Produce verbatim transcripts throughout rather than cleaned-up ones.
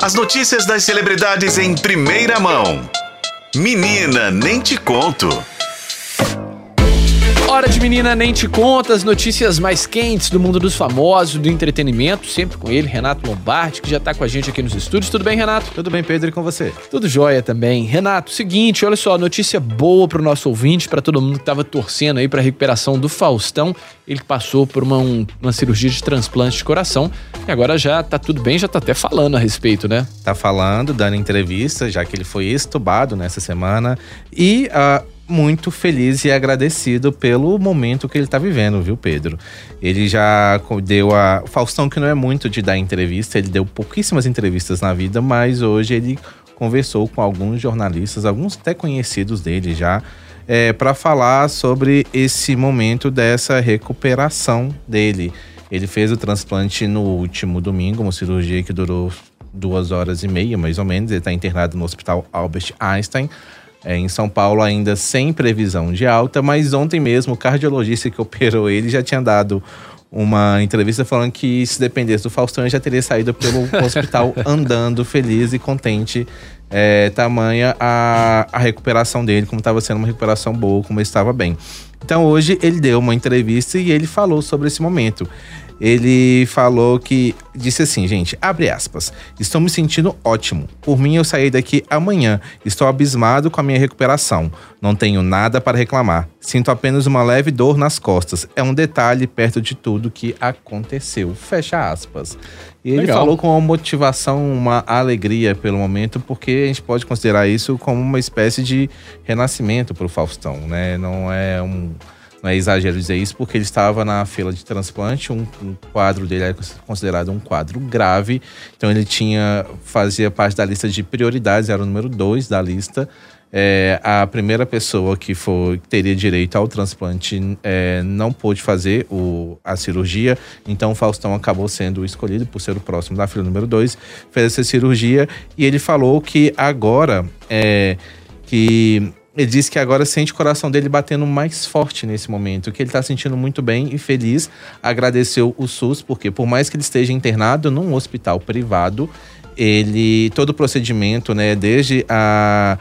As notícias das celebridades em primeira mão. Menina, nem te conto. Hora de Menina Nem Te Conta, as notícias mais quentes do mundo dos famosos, do entretenimento, sempre com ele, Renato Lombardi, que já tá com a gente aqui nos estúdios. Tudo bem, Renato? Tudo bem, Pedro, e com você? Tudo jóia também. Renato, seguinte, olha só, notícia boa pro nosso ouvinte, pra todo mundo que tava torcendo aí pra recuperação do Faustão. Ele passou por uma, um, uma cirurgia de transplante de coração e agora já tá tudo bem, já tá até falando a respeito, né? Tá falando, dando entrevista, já que ele foi extubado nessa semana e... Uh, muito feliz e agradecido pelo momento que ele tá vivendo, viu, Pedro? Ele já deu a... O Faustão, que não é muito de dar entrevista, ele deu pouquíssimas entrevistas na vida, mas hoje ele conversou com alguns jornalistas, alguns até conhecidos dele já, é, para falar sobre esse momento dessa recuperação dele. Ele fez o transplante no último domingo, uma cirurgia que durou duas horas e meia, mais ou menos. Ele tá internado no Hospital Albert Einstein, É, em São Paulo, ainda sem previsão de alta, mas ontem mesmo o cardiologista que operou ele já tinha dado uma entrevista falando que se dependesse do Faustão ele já teria saído pelo hospital andando feliz e contente, é, tamanha a, a recuperação dele, como estava sendo uma recuperação boa, como ele estava bem. Então hoje ele deu uma entrevista e ele falou sobre esse momento. Ele falou que, disse assim, gente, abre aspas, estou me sentindo ótimo, por mim eu saí daqui amanhã, estou abismado com a minha recuperação, não tenho nada para reclamar, sinto apenas uma leve dor nas costas, é um detalhe perto de tudo que aconteceu, fecha aspas. E ele Legal. falou com uma motivação, uma alegria pelo momento, porque a gente pode considerar isso como uma espécie de renascimento para o Faustão, né, não é um... Não é exagero dizer isso, porque ele estava na fila de transplante, um, um quadro dele era considerado um quadro grave, então ele tinha, fazia parte da lista de prioridades, era o número dois da lista. É, a primeira pessoa que, for, que teria direito ao transplante é, não pôde fazer o, a cirurgia, então o Faustão acabou sendo escolhido por ser o próximo da fila número dois, fez essa cirurgia e ele falou que agora, é, que... Ele disse que agora sente o coração dele batendo mais forte nesse momento, que ele está sentindo muito bem e feliz. Agradeceu o SUS, porque por mais que ele esteja internado num hospital privado, ele todo o procedimento, né, desde a,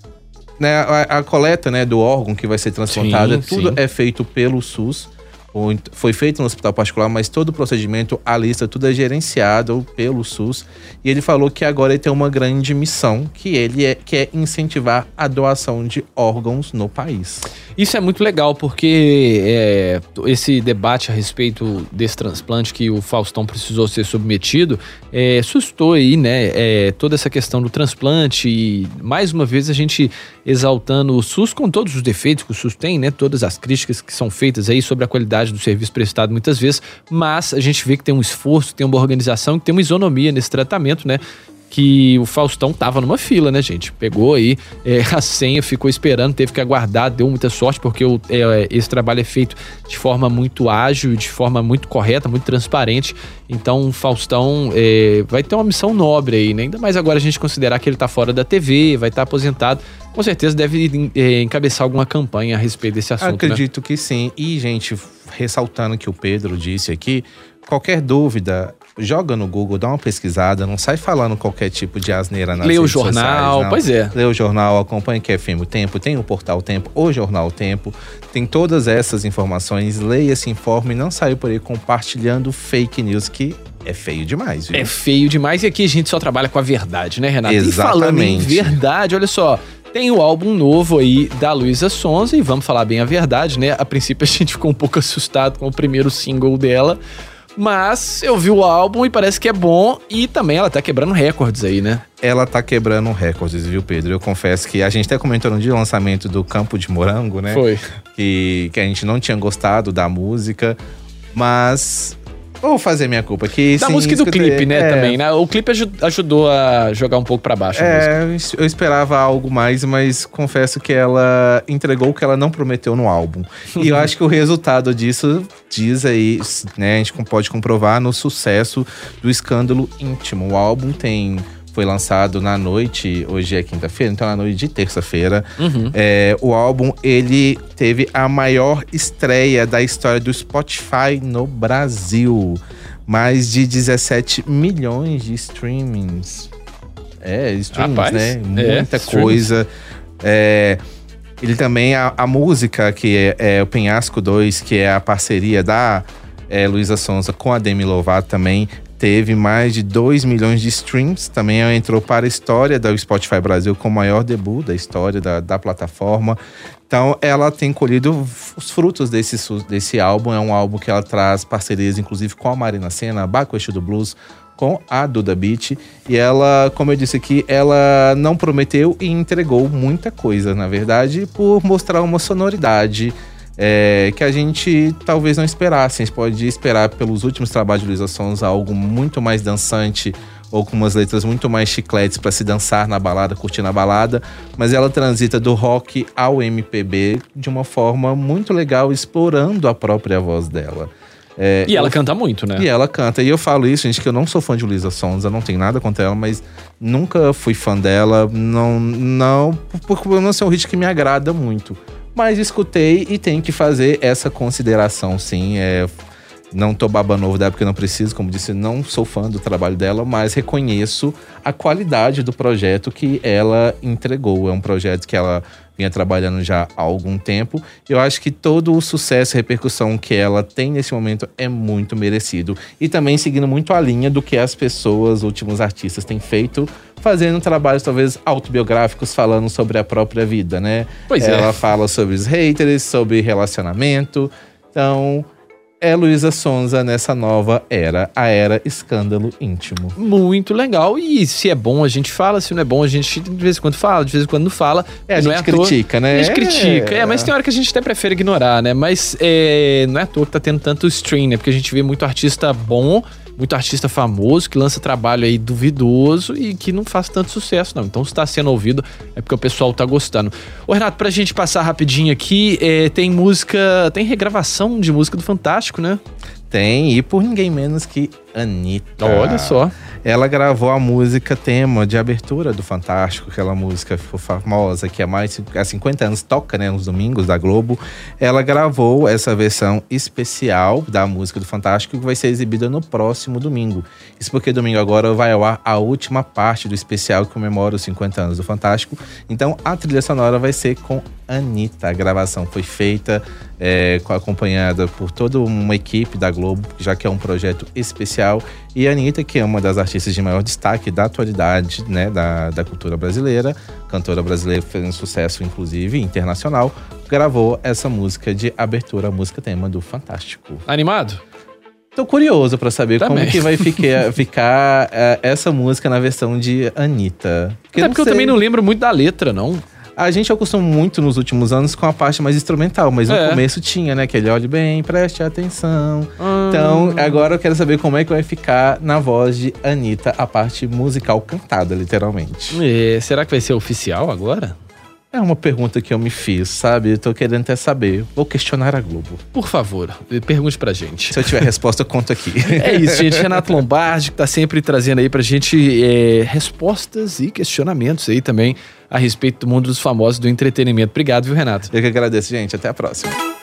né, a, a coleta, né, do órgão que vai ser transplantado, sim, tudo sim. é feito pelo SUS. Foi feito no hospital particular, mas todo o procedimento, a lista, tudo é gerenciado pelo SUS. E ele falou que agora ele tem uma grande missão, que ele é, quer incentivar a doação de órgãos no país. Isso é muito legal, porque é, esse debate a respeito desse transplante que o Faustão precisou ser submetido, é, suscitou aí, né, é, toda essa questão do transplante e, mais uma vez, a gente exaltando o SUS com todos os defeitos que o SUS tem, né, todas as críticas que são feitas aí sobre a qualidade do serviço prestado muitas vezes, mas a gente vê que tem um esforço, tem uma organização, que tem uma isonomia nesse tratamento, né? Que o Faustão tava numa fila, né, gente? Pegou aí é, a senha, ficou esperando, teve que aguardar, deu muita sorte, porque o, é, esse trabalho é feito de forma muito ágil, de forma muito correta, muito transparente. Então o Faustão é, vai ter uma missão nobre aí, né? Ainda mais agora a gente considerar que ele tá fora da T V, vai estar aposentado. Com certeza deve é, encabeçar alguma campanha a respeito desse assunto, Acredito né? que sim. E, gente, ressaltando o que o Pedro disse aqui, qualquer dúvida, joga no Google, dá uma pesquisada, não sai falando qualquer tipo de asneira nas Lê redes o jornal, sociais, pois é. Lê o jornal, acompanha que é F M O Tempo, tem o portal Tempo, o jornal Tempo, tem todas essas informações, leia, se informe, não saia por aí compartilhando fake news, que é feio demais, viu? É feio demais e aqui a gente só trabalha com a verdade, né, Renato? Exatamente. E falando em verdade, olha só, tem o álbum novo aí da Luísa Sonza e vamos falar bem a verdade, né? A princípio a gente ficou um pouco assustado com o primeiro single dela, mas eu vi o álbum e parece que é bom e também ela tá quebrando recordes aí, né? Ela tá quebrando recordes, viu, Pedro? Eu confesso que a gente até comentou no dia do lançamento do Campo de Morango, né? Foi. Que, que a gente não tinha gostado da música, mas... Vou fazer minha culpa aqui. Da sim, música e do escutei, clipe, né, é, também, né? O clipe ajudou a jogar um pouco pra baixo a é, música. eu esperava algo mais, mas confesso que ela entregou o que ela não prometeu no álbum. E eu acho que o resultado disso diz aí, né, a gente pode comprovar no sucesso do Escândalo Íntimo. O álbum tem... foi lançado na noite, hoje é quinta-feira, então na noite de terça-feira. Uhum. É, o álbum, ele teve a maior estreia da história do Spotify no Brasil. Mais de dezessete milhões de streamings. É, streams, Rapaz, né? é, Muita streams. coisa. É, ele também, a, a música, que é, é o Penhasco dois, que é a parceria da é, Luísa Sonza com a Demi Lovato também, teve mais de dois milhões de streams. Também ela entrou para a história do Spotify Brasil com o maior debut da história da, da plataforma. Então, ela tem colhido os frutos desse, desse álbum. É um álbum que ela traz parcerias, inclusive, com a Marina Sena, a Baco Exu do Blues, com a Duda Beat. E ela, como eu disse aqui, ela não prometeu e entregou muita coisa, na verdade, por mostrar uma sonoridade É, que a gente talvez não esperasse. A gente pode esperar pelos últimos trabalhos de Luísa Sonza algo muito mais dançante ou com umas letras muito mais chicletes para se dançar na balada, curtir na balada, mas ela transita do rock ao M P B de uma forma muito legal, explorando a própria voz dela. É, E ela eu, canta muito, né? E ela canta. E eu falo isso, gente, que eu não sou fã de Luísa Sonza, não tenho nada contra ela, mas nunca fui fã dela, não, não, por não ser um hit que me agrada muito. Mas escutei e tenho que fazer essa consideração, sim. É, não tô babando ovo dela porque eu não preciso, como disse, não sou fã do trabalho dela, mas reconheço a qualidade do projeto que ela entregou. É um projeto que ela vinha trabalhando já há algum tempo. Eu acho que todo o sucesso e repercussão que ela tem nesse momento é muito merecido. E também seguindo muito a linha do que as pessoas, últimos artistas, têm feito, fazendo trabalhos talvez autobiográficos, falando sobre a própria vida, né? Pois é. Ela fala sobre os haters, sobre relacionamento. Então, é Luísa Sonza nessa nova era, a era escândalo íntimo. Muito legal. E se é bom, a gente fala. Se não é bom, a gente de vez em quando fala, de vez em quando não fala. É, a não gente é à toa- critica, né? A gente É. critica. É, mas tem hora que a gente até prefere ignorar, né? Mas é, não é à toa que tá tendo tanto stream, né? Porque a gente vê muito artista bom, muito artista famoso, que lança trabalho aí duvidoso e que não faz tanto sucesso, não. Então, se tá sendo ouvido, é porque o pessoal tá gostando. Ô, Renato, pra gente passar rapidinho aqui, é, tem música, tem regravação de música do Fantástico, né? Tem, e por ninguém menos que Anitta. Olha só. Ela gravou a música tema de abertura do Fantástico, aquela música ficou famosa, que há mais há cinquenta anos toca, né, nos domingos da Globo. Ela gravou essa versão especial da música do Fantástico, que vai ser exibida no próximo domingo. Isso porque domingo agora vai ao ar a última parte do especial que comemora os cinquenta anos do Fantástico. Então a trilha sonora vai ser com Anitta. A gravação foi feita é, acompanhada por toda uma equipe da Globo, já que é um projeto especial. E a Anitta, que é uma das artistas de maior destaque da atualidade, né, da, da cultura brasileira, cantora brasileira, fez um sucesso, inclusive, internacional, gravou essa música de abertura, a música tema do Fantástico. Animado? Tô curioso pra saber Também. como que vai ficar, ficar é, essa música na versão de Anitta. Até não porque eu sei. também não lembro muito da letra, não. A gente acostumou muito nos últimos anos com a parte mais instrumental, mas no É. começo tinha, né? Aquele olhe bem, preste atenção. Ah. Então, agora eu quero saber como é que vai ficar na voz de Anitta a parte musical cantada, literalmente. É, será que vai ser oficial agora? É uma pergunta que eu me fiz, sabe? Eu tô querendo até saber. Vou questionar a Globo. Por favor, pergunte pra gente. Se eu tiver resposta, eu conto aqui. É isso, gente. Renato Lombardi, que tá sempre trazendo aí pra gente é, respostas e questionamentos aí também a respeito do mundo dos famosos do entretenimento. Obrigado, viu, Renato? Eu que agradeço, gente. Até a próxima.